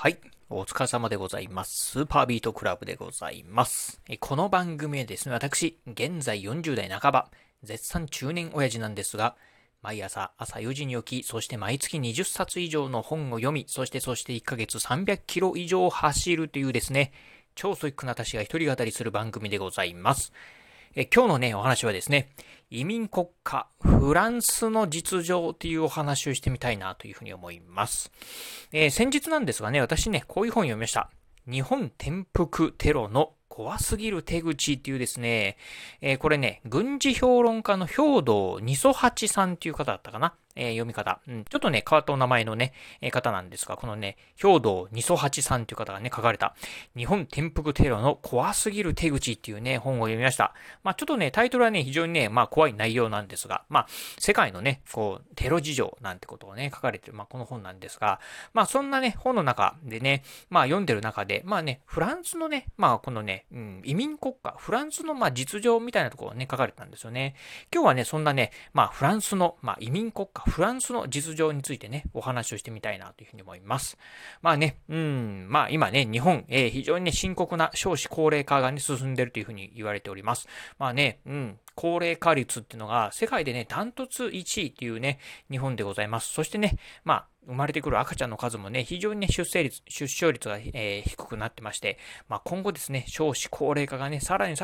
はい。お疲れ様でございます。スーパービートクラブでございます。この番組はですね、私、現在40代半ば、絶賛中年親父なんですが、毎朝4時に起き、そして毎月20冊以上の本を読み、そして1ヶ月300キロ以上走るというですね、超ストイックな私が一人語りする番組でございます。今日のね、お話はですね、移民国家、フランスの実情というお話をしてみたいなというふうに思います。先日なんですがね、私ね、こういう本を読みました。日本転覆テロの怖すぎる手口っていうですね、これね、軍事評論家の兵道二十八さんっていう方だったかな。読み方、ちょっとね、変わったお名前のね、方なんですが、このね、兵道二十八さんという方がね、書かれた、日本転覆テロの怖すぎる手口っていうね、本を読みました。ちょっとね、タイトルはね、非常にね、怖い内容なんですが、世界のね、こう、テロ事情なんてことをね、書かれてる、この本なんですが、そんなね、本の中でね、読んでる中で、フランスのね、このね、移民国家、フランスの実情みたいなところをね、書かれたんですよね。今日はね、そんなね、フランスの、移民国家、フランスの実情についてね、お話をしてみたいなというふうに思います。今ね、日本、非常にね、深刻な少子高齢化がね、進んでいるというふうに言われております。高齢化率っていうのが世界でね、ダントツ1位っていうね、日本でございます。そしてね、生まれてくる赤ちゃんの数もね、非常にね、出生率が、低くなってまして、今後ですね、少子高齢化がね、さらに、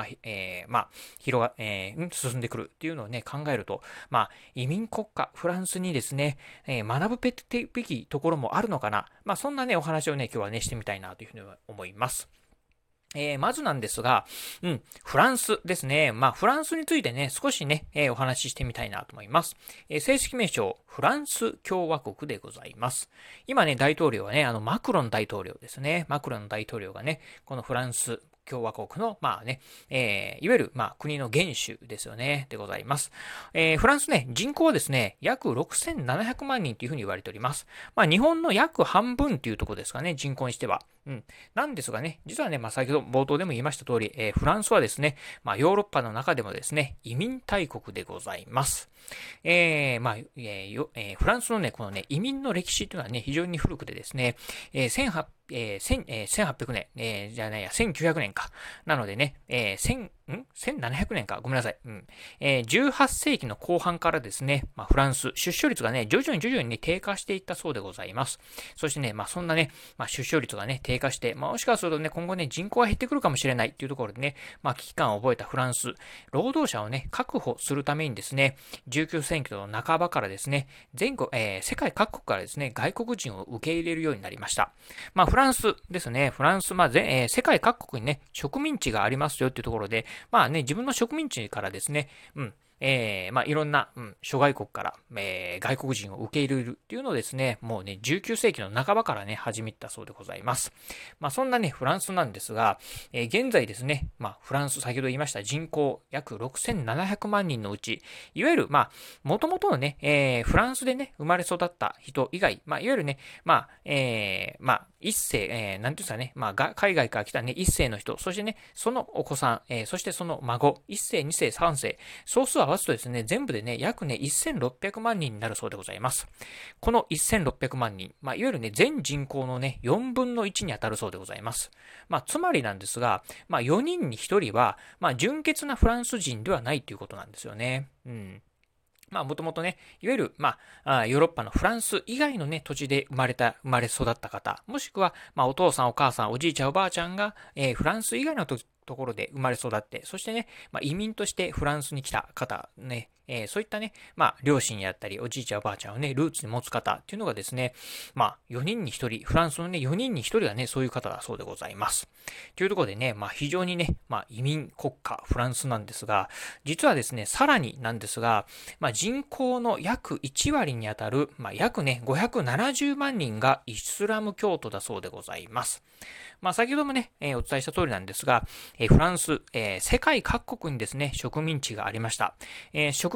進んでくるっていうのをね、考えると、移民国家、フランスにですね、学ぶべきところもあるのかな。そんなね、お話をね、今日はね、してみたいなというふうに思います。まずなんですが、フランスですね。フランスについてね、少しね、お話ししてみたいなと思います。正式名称、フランス共和国でございます。今ね、大統領はね、マクロン大統領ですね。マクロン大統領がね、このフランス、共和国の、いわゆる、国の元首ですよね、でございます。フランスね、人口はですね、約6700万人というふうに言われております。日本の約半分というところですかね、人口にしては。なんですがね、実はね、先ほど冒頭でも言いました通り、フランスはですね、ヨーロッパの中でもですね、移民大国でございます。フランスのね、このね、移民の歴史というのはね、非常に古くてですね、1800年、1900年か。なのでね、1700年か。ごめんなさい。18世紀の後半からですね、フランス、出生率がね、徐々にね、低下していったそうでございます。そしてね、そんなね、出生率がね、低下して、もしかするとね、今後ね、人口が減ってくるかもしれないっていうところでね、危機感を覚えたフランス、労働者をね、確保するためにですね、19世紀の半ばからですね、世界各国からですね、外国人を受け入れるようになりました。フランスですね、フランス、世界各国にね、植民地がありますよっていうところで、自分の植民地からですね、いろんな、諸外国から、外国人を受け入れるっていうのをですね、もうね、19世紀の半ばからね、始めたそうでございます。そんなね、フランスなんですが、現在ですね、フランス、先ほど言いました人口約6700万人のうち、いわゆる、もともとのね、フランスでね、生まれ育った人以外、いわゆるね、一世、なんていうんですかね、海外から来たね、一世の人、そしてね、そのお子さん、そしてその孫、一世、二世、三世、総数を合わすとですね、全部でね、約ね、1600万人になるそうでございます。この1600万人、いわゆるね、全人口のね、4分の1に当たるそうでございます。つまりなんですが、4人に1人は、純潔なフランス人ではないということなんですよね。もともとね、いわゆる、ヨーロッパのフランス以外のね、土地で生まれ育った方、もしくは、お父さん、お母さん、おじいちゃん、おばあちゃんが、フランス以外のところで生まれ育って、そしてね、移民としてフランスに来た方、ね、そういったね、両親やったり、おじいちゃんおばあちゃんをね、ルーツに持つ方っていうのがですね、4人に1人、フランスのね、4人に1人がね、そういう方だそうでございます。というところでね、非常にね、移民国家、フランスなんですが、実はですね、さらになんですが、人口の約1割にあたる、約ね、570万人がイスラム教徒だそうでございます。先ほどもね、お伝えした通りなんですが、フランス、世界各国にですね、植民地がありました。植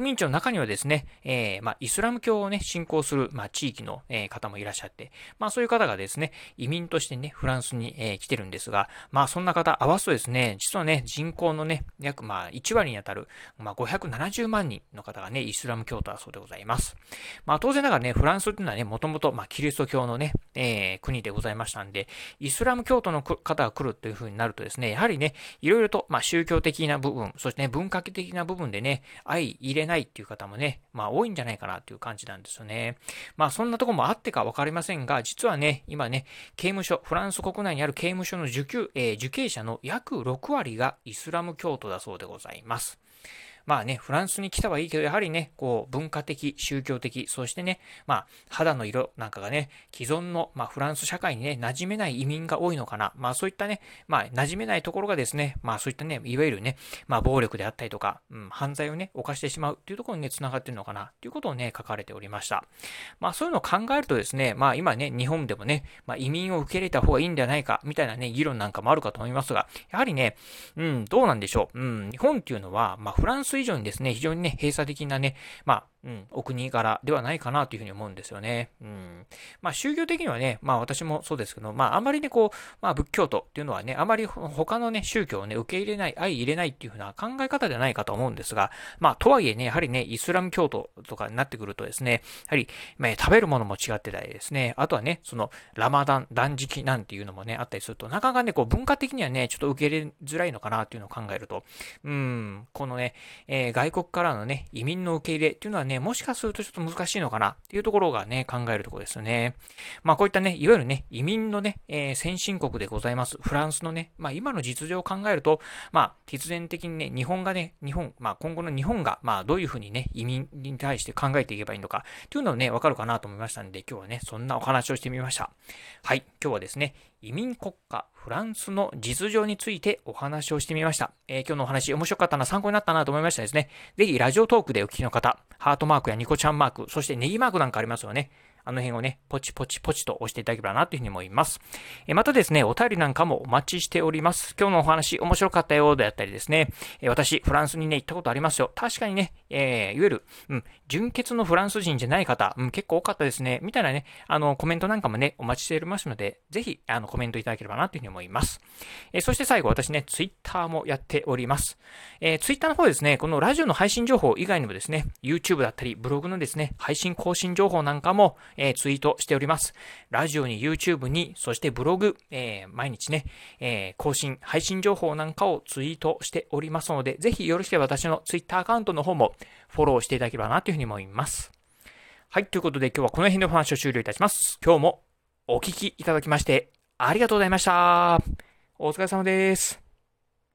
植民地の中にはですね、イスラム教をね、信仰する、地域の、方もいらっしゃって、そういう方がですね、移民としてね、フランスに、来てるんですが、そんな方合わすとですね、実はね、人口のね、約1割にあたる、570万人の方がね、イスラム教徒だそうでございます。当然ながらね、フランスっていうのはね、もともと、キリスト教のね、国でございましたんで、イスラム教徒の方が来るという風になるとですね、やはりね、いろいろと、宗教的な部分、そしてね、文化的な部分でね、相入れないっていう方もね、多いんじゃないかなっていう感じなんですよね。そんなところもあってかわかりませんが、実はね、今ね、刑務所、フランス国内にある刑務所の受刑者の約6割がイスラム教徒だそうでございます。フランスに来たはいいけど、やはりね、文化的、宗教的、そしてね、肌の色なんかがね、既存の、フランス社会にね、馴染めない移民が多いのかな。そういったね、馴染めないところがですね、そういったね、いわゆるね、暴力であったりとか、犯罪をね、犯してしまうっていうところにね、繋がってるのかな、ということをね、書かれておりました。そういうのを考えるとですね、今ね、日本でもね、移民を受け入れた方がいいんではないか、みたいなね、議論なんかもあるかと思いますが、やはりね、どうなんでしょう。日本っていうのは、フランス以上にですね、非常にね、閉鎖的なね、お国柄ではないかなというふうに思うんですよね。宗教的にはね、私もそうですけど、あまりね、仏教徒っていうのはね、あまり他のね、宗教をね、受け入れない、相入れないっていうふうな考え方ではないかと思うんですが、とはいえね、やはりね、イスラム教徒とかになってくるとですね、やはり、食べるものも違ってたりですね、あとはね、その、ラマダン、断食なんていうのもね、あったりすると、なかなかね、文化的にはね、ちょっと受け入れづらいのかなっていうのを考えると、このね、外国からのね、移民の受け入れっていうのはね、もしかするとちょっと難しいのかなっていうところがね、考えるところですよね。こういったね、いわゆるね、移民のね、先進国でございます。フランスのね、今の実情を考えると、必然的にね、日本、今後の日本が、どういうふうにね、移民に対して考えていけばいいのか、っていうのをね、わかるかなと思いましたんで、今日はね、そんなお話をしてみました。はい、今日はですね、移民国家フランスの実情についてお話をしてみました。今日のお話面白かったな、参考になったなと思いましたですね。ぜひラジオトークでお聞きの方、ハートマークやニコちゃんマーク、そしてネギマークなんかありますよね。あの辺をね、ポチポチポチと押していただければなというふうに思います。またですね、お便りなんかもお待ちしております。今日のお話面白かったよであったりですね、私、フランスにね、行ったことありますよ。確かにね、いわゆる、純血のフランス人じゃない方、結構多かったですね。みたいなね、コメントなんかもね、お待ちしておりますので、ぜひ、コメントいただければなというふうに思います。そして最後、私ね、ツイッターもやっております。ツイッターの方ですね、このラジオの配信情報以外にもですね、YouTube だったり、ブログのですね、配信更新情報なんかも、ツイートしております。ラジオに YouTube に、そしてブログ、毎日ね、更新、配信情報なんかをツイートしておりますので、ぜひよろしければ私の Twitter アカウントの方もフォローしていただければなというふうに思います。はい、ということで今日はこの辺でお話を終了いたします。今日もお聞きいただきましてありがとうございました。お疲れ様です。